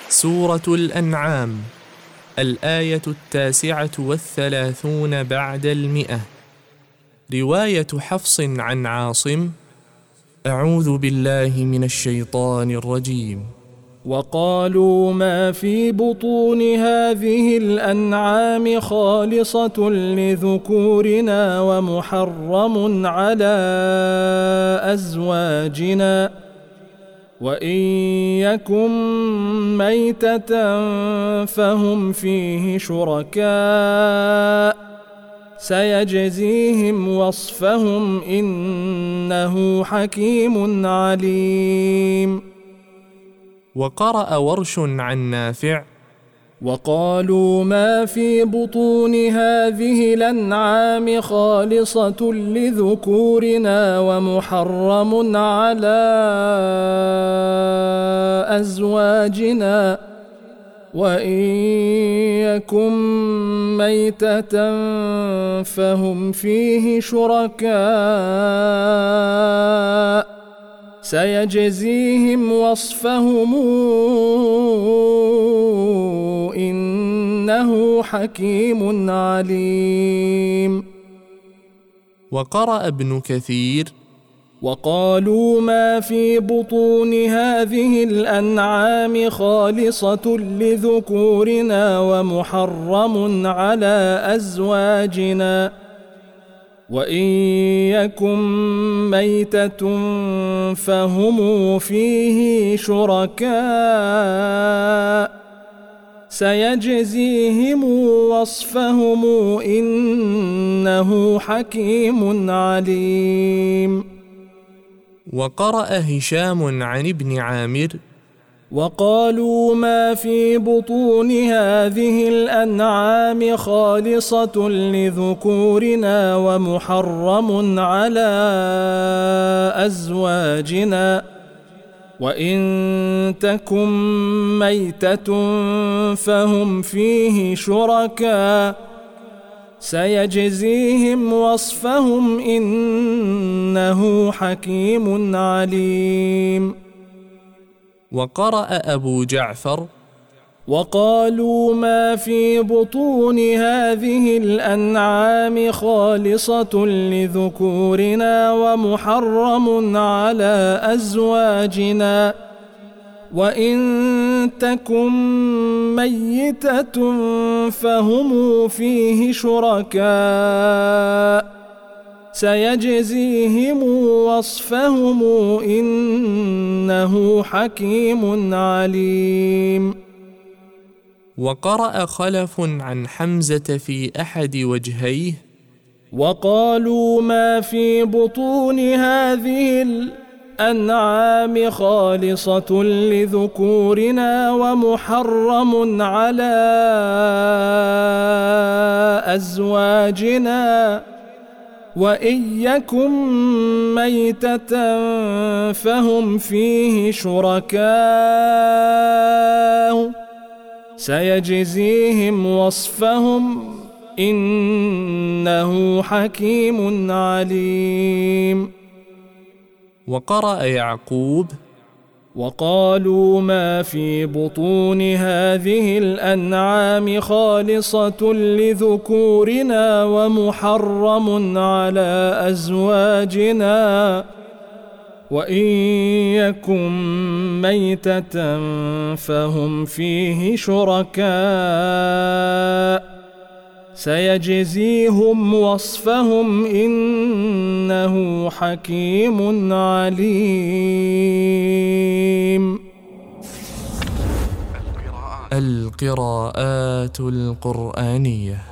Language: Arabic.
سورة الأنعام، الآية 39 بعد 100. رواية حفص عن عاصم: أعوذ بالله من الشيطان الرجيم. وقالوا ما في بطون هذه الأنعام خالصة لذكورنا ومحرم على أزواجنا وإن يكن ميتة فهم فيه شركاء سيجزيهم وصفهم إنه حكيم عليم. وقرأ ورش عن نافع: وقالوا ما في بطون هذه الأنعام خالصة لذكورنا ومحرم على أزواجنا وإن يكن ميتة فهم فيه شركاء سيجزيهم وصفهم إنه حكيم عليم. وقرأ ابن كثير: وقالوا ما في بطون هذه الأنعام خالصة لذكورنا ومحرم على أزواجنا وإن يكن ميتة فهم فيه شركاء سيجزيهم وصفهم إنه حكيم عليم. وقرأ هشام عن ابن عامر: وقالوا ما في بطون هذه الأنعام خالصة لذكورنا ومحرم على أزواجنا وإن تكن ميتة فهم فيه شركاء سيجزيهم وصفهم إنه حكيم عليم. وقرأ أبو جعفر: وقالوا ما في بطون هذه الأنعام خالصة لذكورنا ومحرم على أزواجنا وإن تكن ميتة فهم فيه شركاء سيجزيهم وصفهم إنه حكيم عليم. وقرأ خلف عن حمزة في أحد وجهيه: وقالوا ما في بطون هذه الأنعام خالصة لذكورنا ومحرم على أزواجنا وإن يكن ميتة فهم فيه شركاء سيجزيهم وصفهم إنه حكيم عليم. وقرأ يعقوب: وقالوا ما في بطون هذه الأنعام خالصة لذكورنا ومحرم على أزواجنا وإن يكن ميتة فهم فيه شركاء سيجزيهم وصفهم إنه حكيم عليم. القراءات القرآنية.